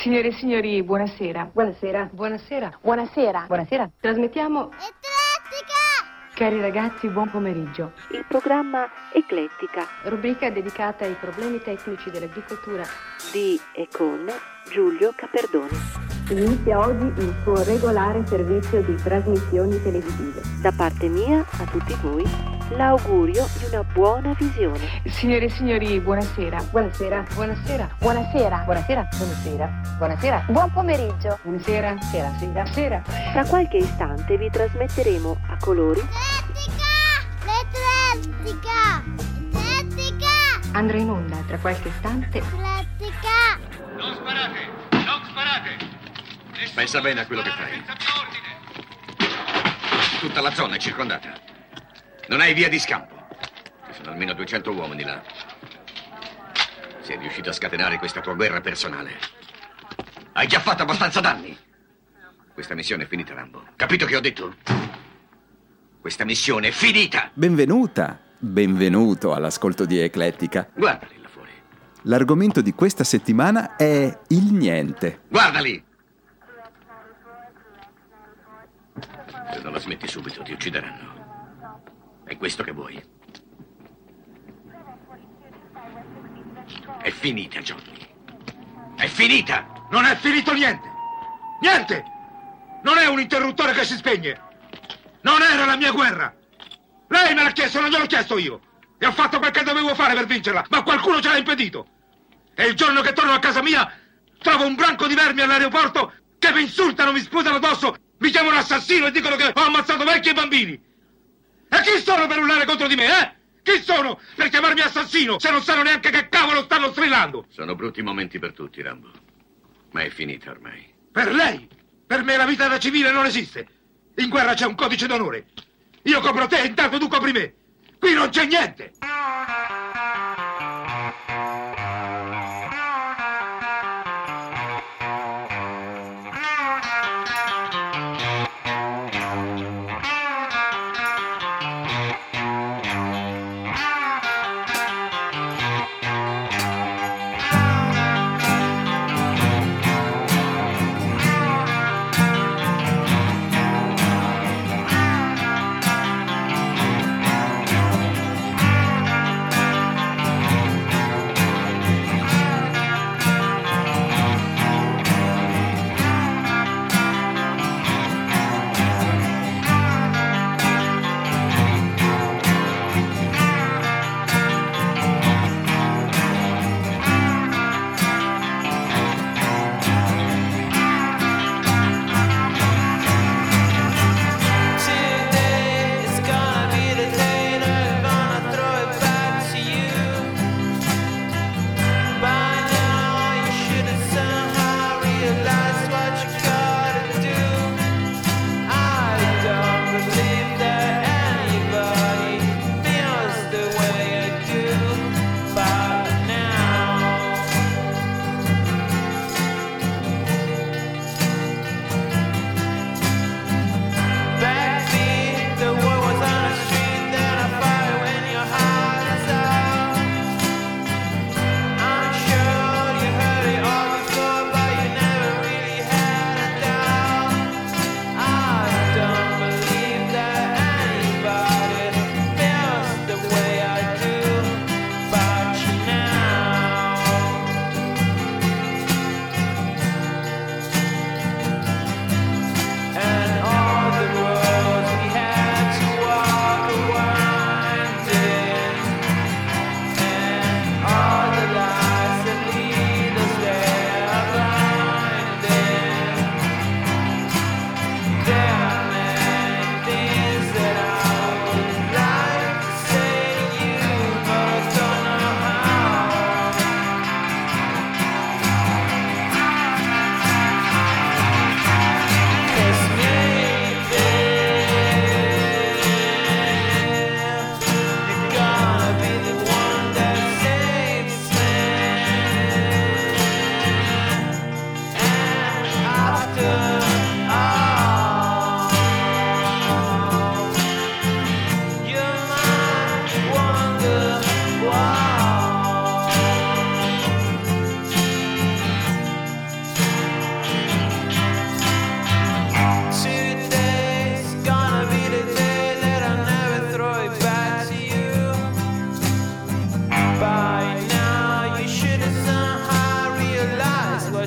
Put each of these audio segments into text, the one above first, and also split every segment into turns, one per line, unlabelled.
Signore e signori, buonasera.
Buonasera.
Buonasera.
Buonasera. Buonasera.
Trasmettiamo...
Eclettica!
Cari ragazzi, buon pomeriggio.
Il programma Eclettica
Rubrica dedicata ai problemi tecnici dell'agricoltura
di e con Giulio Caperdoni.
Inizia oggi il suo regolare servizio di trasmissioni televisive.
Da parte mia a tutti voi l'augurio di una buona visione.
Signore e signori, buonasera.
Buonasera.
Buonasera.
Buonasera. Buonasera. Buonasera. Buonasera. Buon pomeriggio.
Buonasera.
Sera. Sera.
Sera.
Tra qualche istante vi trasmetteremo a colori
L'Eclettica! L'Eclettica!
Andrà in onda tra qualche istante.
L'Eclettica!
Non sparate! Non sparate!
Pensa bene a quello che fai. Tutta la zona è circondata. Non hai via di scampo. Ci sono almeno 200 uomini là. Sei riuscito a scatenare questa tua guerra personale. Hai già fatto abbastanza danni. Questa missione è finita, Rambo. Capito che ho detto? Questa missione è finita!
Benvenuta, benvenuto all'ascolto di Eclettica.
Guardali là fuori.
L'argomento di questa settimana è il niente.
Guardali! Se non la smetti subito ti uccideranno. È questo che vuoi. È finita, Johnny. È finita!
Non è finito niente! Niente! Non è un interruttore che si spegne! Non era la mia guerra! Lei me l'ha chiesto, non gliel'ho chiesto io! E ho fatto quel che dovevo fare per vincerla, ma qualcuno ce l'ha impedito! E il giorno che torno a casa mia, trovo un branco di vermi all'aeroporto che mi insultano, mi sputano addosso, mi chiamano assassino e dicono che ho ammazzato vecchi e bambini! E chi sono per urlare contro di me, eh? Chi sono per chiamarmi assassino se non sanno neanche che cavolo stanno strillando?
Sono brutti momenti per tutti, Rambo. Ma è finita ormai.
Per lei? Per me la vita da civile non esiste. In guerra c'è un codice d'onore. Io copro te, intanto tu copri me. Qui non c'è niente.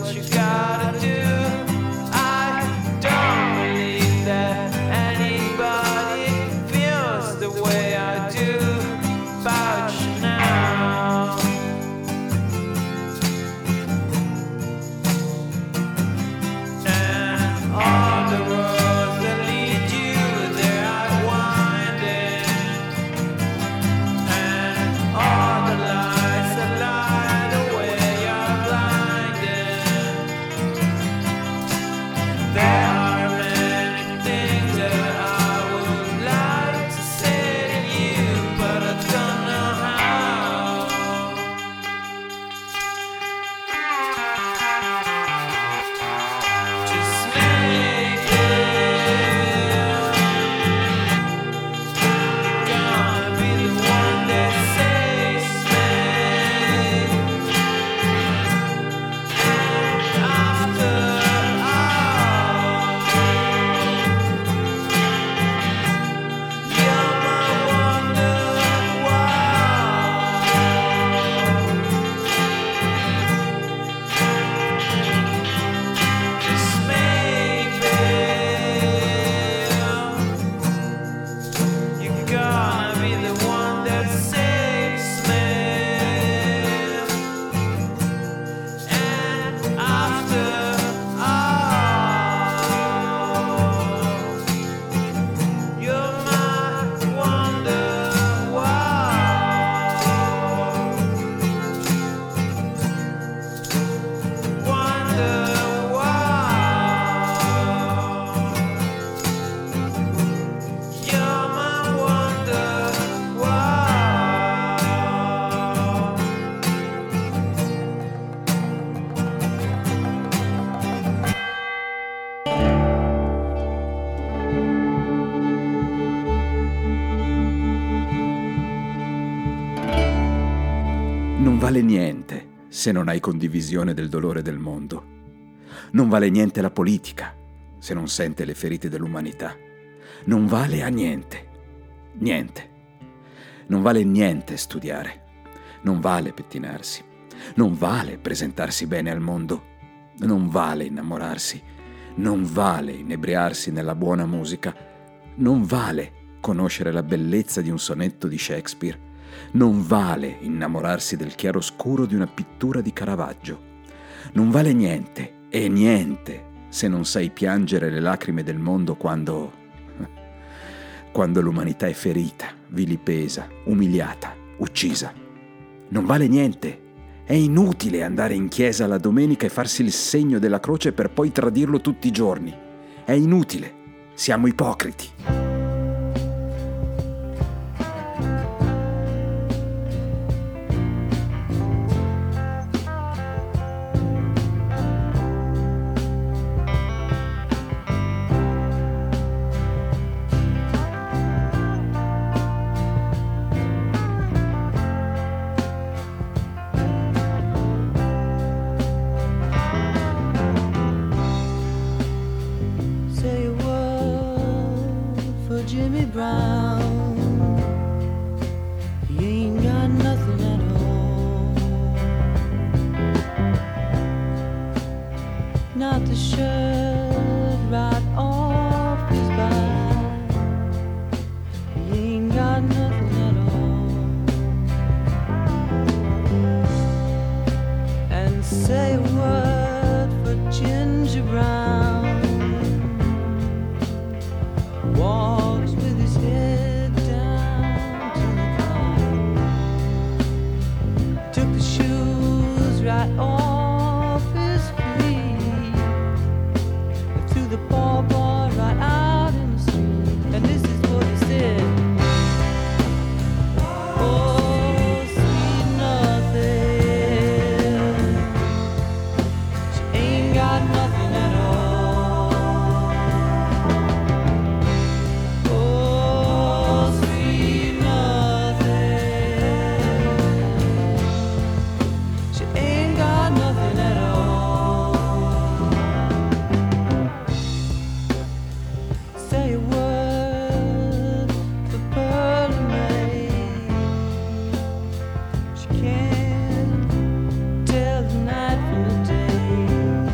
what you gotta do. I don't believe that anybody feels the way I do about you now. And all the roads that lead you, they are winding. And all the lights that light the way you're blinded. There are many things that I would like to say to you, but I don't know how. Just make it. Gonna be the one that saves me. And after all, you're my wonder wall. Just maybe you're gonna be the one that saves me. And after all, you're my wonder wall. Wonder wall. You're my wonder wall.
Non vale niente se non hai condivisione del dolore del mondo. Non vale niente la politica se non sente le ferite dell'umanità. Non vale a niente. Niente. Non vale niente studiare. Non vale pettinarsi. Non vale presentarsi bene al mondo. Non vale innamorarsi. Non vale inebriarsi nella buona musica. Non vale conoscere la bellezza di un sonetto di Shakespeare. Non vale innamorarsi del chiaroscuro di una pittura di Caravaggio. Non vale niente e niente se non sai piangere le lacrime del mondo quando l'umanità è ferita, vilipesa, umiliata, uccisa. Non vale niente. È inutile andare in chiesa la domenica e farsi il segno della croce per poi tradirlo tutti i giorni. È inutile. Siamo ipocriti.
Say a word for Jimmy Brown. He ain't got nothing at all. Not the shirt right off his back. He ain't got nothing at all. And say a word for Ginger Brown. Walks with his head down to the ground. Took the shoes right off his feet. Threw the ball right out in the street. And this is what he said. Oh, sweet nothing. She ain't got nothing at all. Oh, sweet nothing. She ain't got nothing at all. Say a word for Pearl and May. She can't tell the night from the day.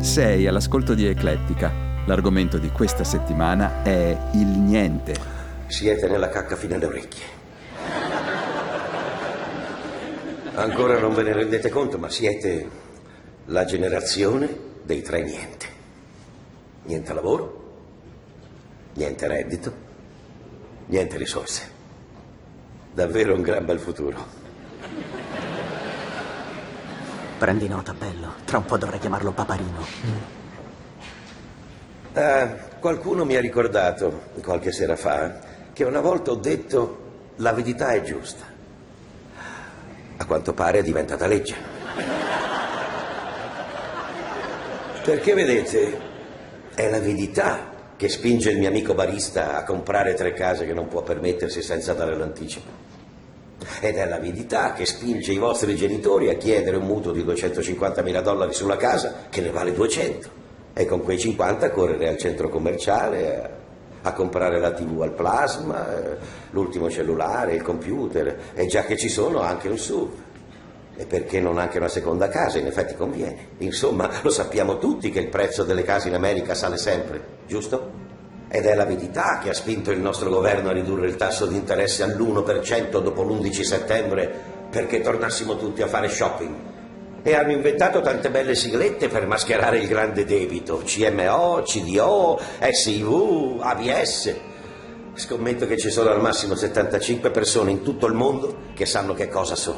Sei all'ascolto di Eclettica. L'argomento di questa settimana è il niente.
Siete nella cacca fino alle orecchie. Ancora non ve ne rendete conto, ma siete la generazione dei tre niente. Niente lavoro, niente reddito, niente risorse. Davvero un gran bel futuro.
Prendi nota, bello. Tra un po' dovrei chiamarlo Paparino.
Qualcuno mi ha ricordato, qualche sera fa, che una volta ho detto la verità è giusta. A quanto pare è diventata legge. Perché vedete, è la verità che spinge il mio amico barista a comprare 3 case che non può permettersi senza dare l'anticipo. Ed è la verità che spinge i vostri genitori a chiedere un mutuo di $250.000 sulla casa che ne vale 200 e con quei 50 correre al centro commerciale a comprare la TV al plasma, l'ultimo cellulare, il computer e già che ci sono anche un SUV. E perché non anche una seconda casa? In effetti conviene. Insomma, lo sappiamo tutti che il prezzo delle case in America sale sempre, giusto? Ed è la verità che ha spinto il nostro governo a ridurre il tasso di interesse all'1% dopo l'11 settembre perché tornassimo tutti a fare shopping. E hanno inventato tante belle siglette per mascherare il grande debito. CMO, CDO, SIV, ABS. Scommetto che ci sono al massimo 75 persone in tutto il mondo che sanno che cosa sono.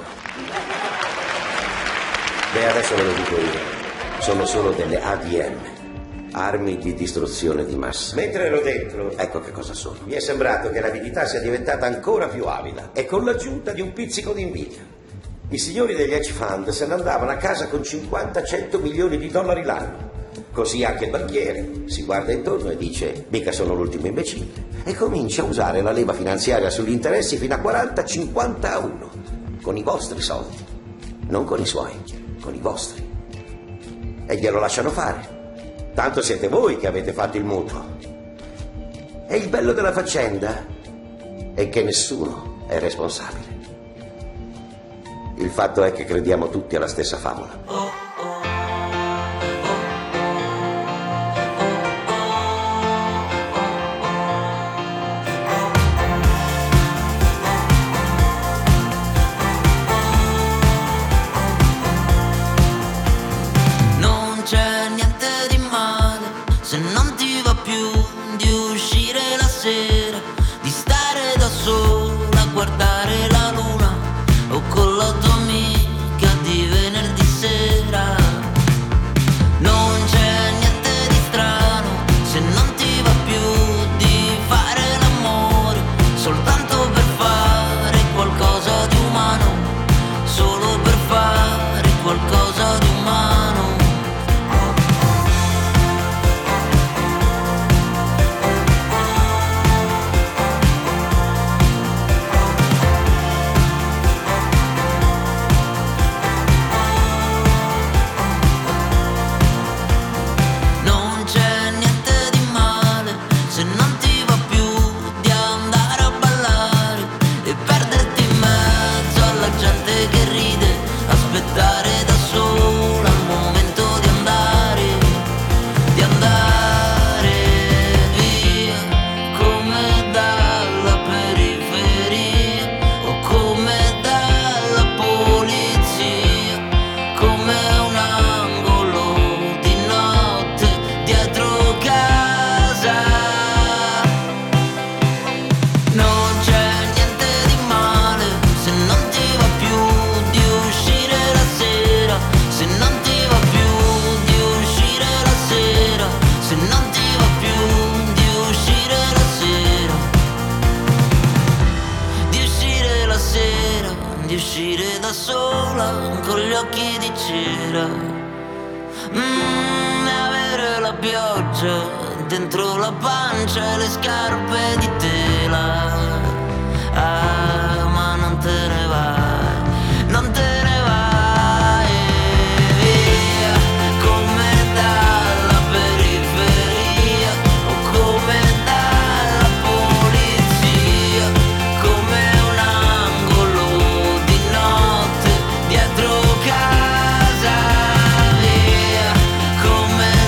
Beh, adesso ve lo dico io. Sono solo delle ADM. Armi di distruzione di massa. Mentre ero dentro, ecco che cosa sono. Mi è sembrato che l'avidità sia diventata ancora più avida e con l'aggiunta di un pizzico di invidia. I signori degli hedge fund se ne andavano a casa con 50-100 milioni di dollari l'anno. Così anche il banchiere si guarda intorno e dice mica sono l'ultimo imbecille e comincia a usare la leva finanziaria sugli interessi fino a 40-50 a 1 con i vostri soldi, non con i suoi, con i vostri. E glielo lasciano fare. Tanto siete voi che avete fatto il mutuo. E il bello della faccenda è che nessuno è responsabile. Il fatto è che crediamo tutti alla stessa favola.
Dentro la pancia e le scarpe di tela. Ma non te ne vai, non te ne vai via, come dalla periferia o come dalla polizia, come un angolo di notte dietro casa, via, come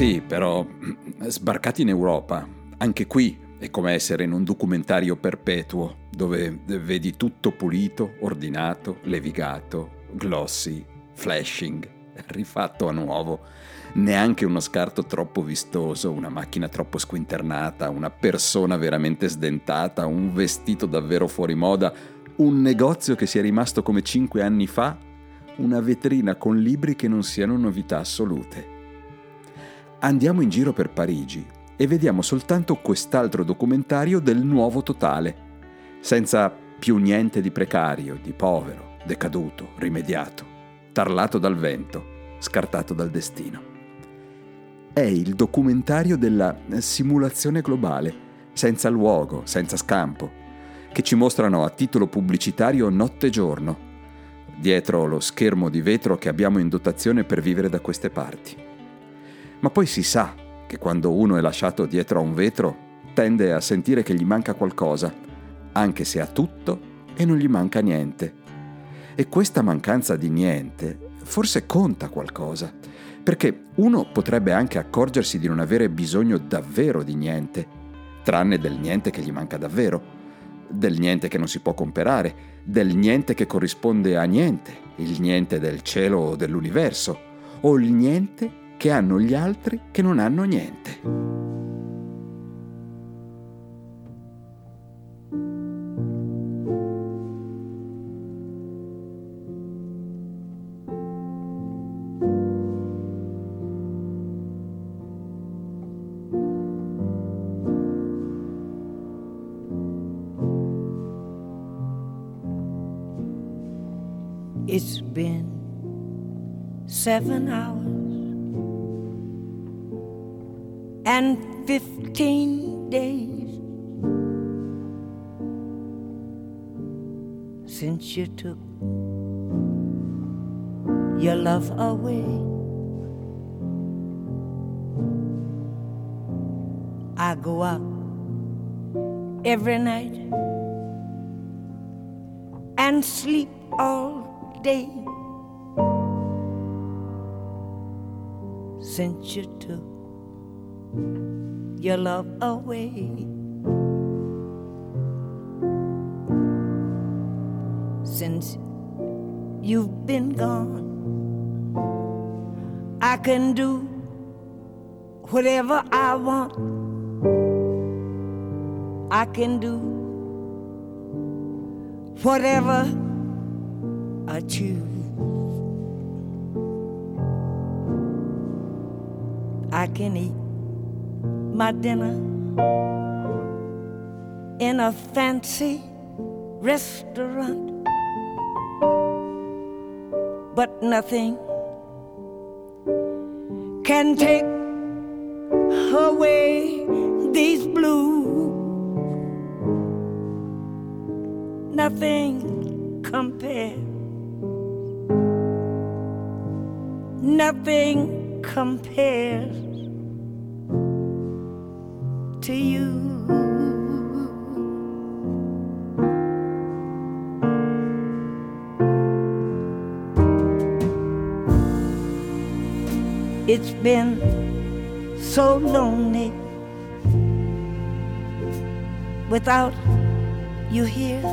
Sì, però sbarcati in Europa, anche qui è come essere in un documentario perpetuo, dove vedi tutto pulito, ordinato, levigato, glossy, flashing, rifatto a nuovo. Neanche uno scarto troppo vistoso, una macchina troppo squinternata, una persona veramente sdentata, un vestito davvero fuori moda, un negozio che sia rimasto come 5 anni fa, una vetrina con libri che non siano novità assolute. Andiamo in giro per Parigi e vediamo soltanto quest'altro documentario del nuovo totale, senza più niente di precario, di povero, decaduto, rimediato, tarlato dal vento, scartato dal destino. È il documentario della simulazione globale, senza luogo, senza scampo, che ci mostrano a titolo pubblicitario notte e giorno, dietro lo schermo di vetro che abbiamo in dotazione per vivere da queste parti. Ma poi si sa che quando uno è lasciato dietro a un vetro tende a sentire che gli manca qualcosa, anche se ha tutto e non gli manca niente. E questa mancanza di niente forse conta qualcosa, perché uno potrebbe anche accorgersi di non avere bisogno davvero di niente, tranne del niente che gli manca davvero, del niente che non si può comprare, del niente che corrisponde a niente, il niente del cielo o dell'universo, o il niente che hanno gli altri che non hanno niente.
It's been 7 hours and 15 days since you took your love away. I go out every night and sleep all day since you took your love away. Since you've been gone, I can do whatever I want. I can do whatever I choose. I can eat my dinner in a fancy restaurant, but nothing can take away these blues. Nothing compares. Nothing compares to you. It's been so lonely without you here,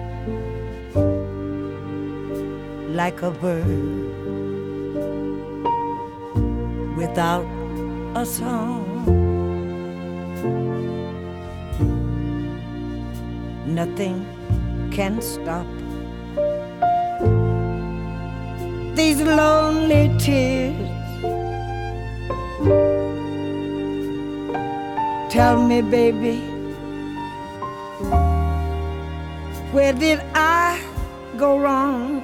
like a bird without a song. Nothing can stop these lonely tears. Tell me, baby, where did I go wrong?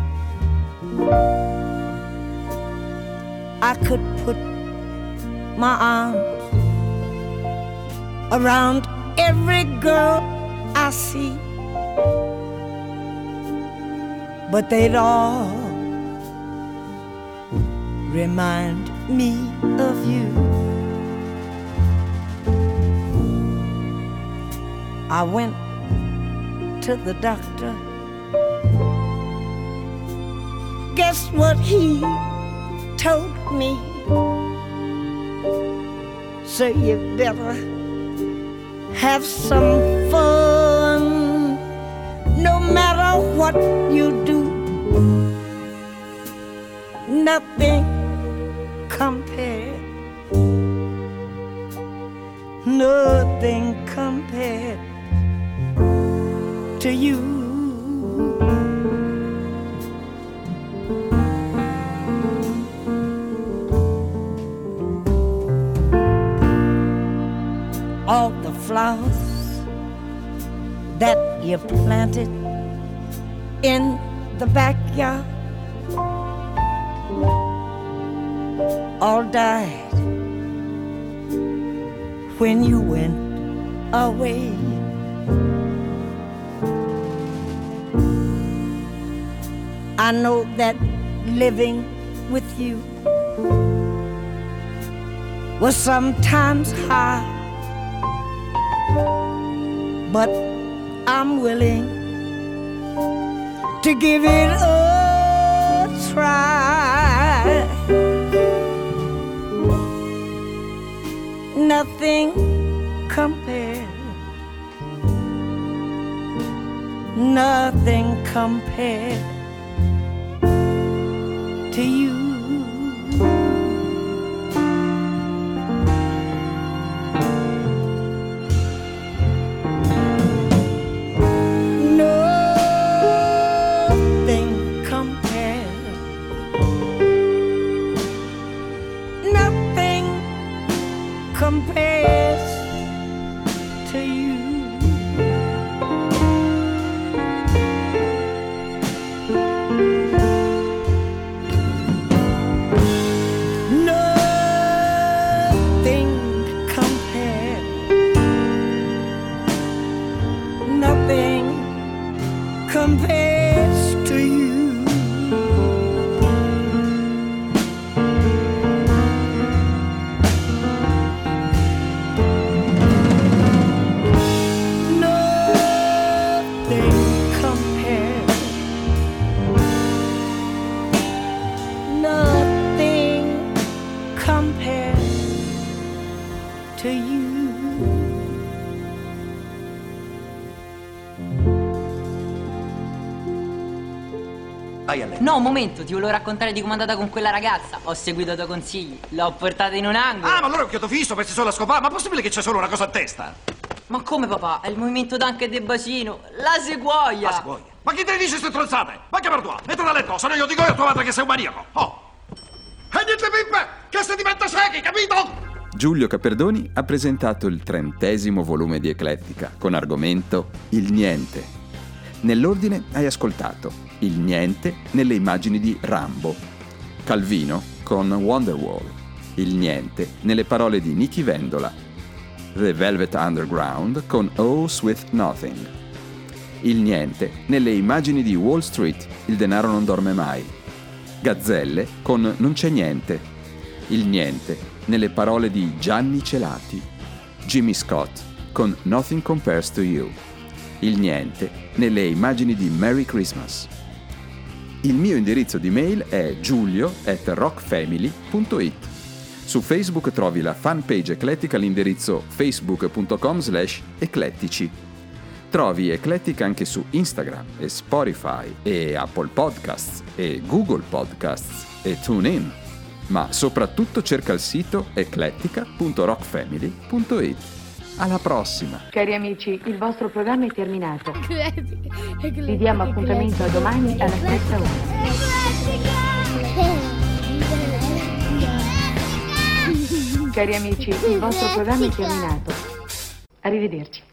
I could put my arms around every girl I see, but they'd all remind me of you. I went to the doctor. Guess what he told me? so you better have some fun. No matter what you do, nothing compared, nothing compared to you. All the flowers that you planted in the backyard all died when you went away. I know that living with you was sometimes hard, but I'm willing to give it a try. Nothing compared, nothing compared to you.
No, un momento, ti volevo raccontare di com'è andata con quella ragazza. Ho seguito i tuoi consigli, l'ho portata in un angolo.
Ah, ma allora è un chiodo fisso, pensi solo a scopare? Ma è possibile che c'è solo una cosa a testa?
Ma come, papà? È il movimento d'anche del bacino, la sequoia.
La sequoia? Ma chi te ne dice queste stronzate? Ma che per tua? Entra a letto, se no io dico io a tua madre che sei un maniaco. Oh! E niente pippe, che se diventa ciechi, capito?
Giulio Caperdoni ha presentato il 30° volume di Eclettica con argomento Il niente. Nell'ordine hai ascoltato Il niente nelle immagini di Rambo, Calvino con Wonderwall, Il niente nelle parole di Nicky Vendola, The Velvet Underground con Oh Sweet Nothing, Il niente nelle immagini di Wall Street, Il denaro non dorme mai, Gazzelle con Non c'è niente, Il niente nelle parole di Gianni Celati, Jimmy Scott con Nothing Compares to You, Il niente nelle immagini di Merry Christmas. Il mio indirizzo di mail è giulio@rockfamily.it. Su Facebook trovi la fanpage Eclettica all'indirizzo facebook.com/eclettici. Trovi Eclettica anche su Instagram e Spotify e Apple Podcasts e Google Podcasts e TuneIn. Ma soprattutto cerca il sito eclettica.rockfamily.it. Alla prossima!
Cari amici, il vostro programma è terminato. Vi diamo appuntamento a domani alla stessa ora. Cari amici, il vostro programma è terminato. Arrivederci.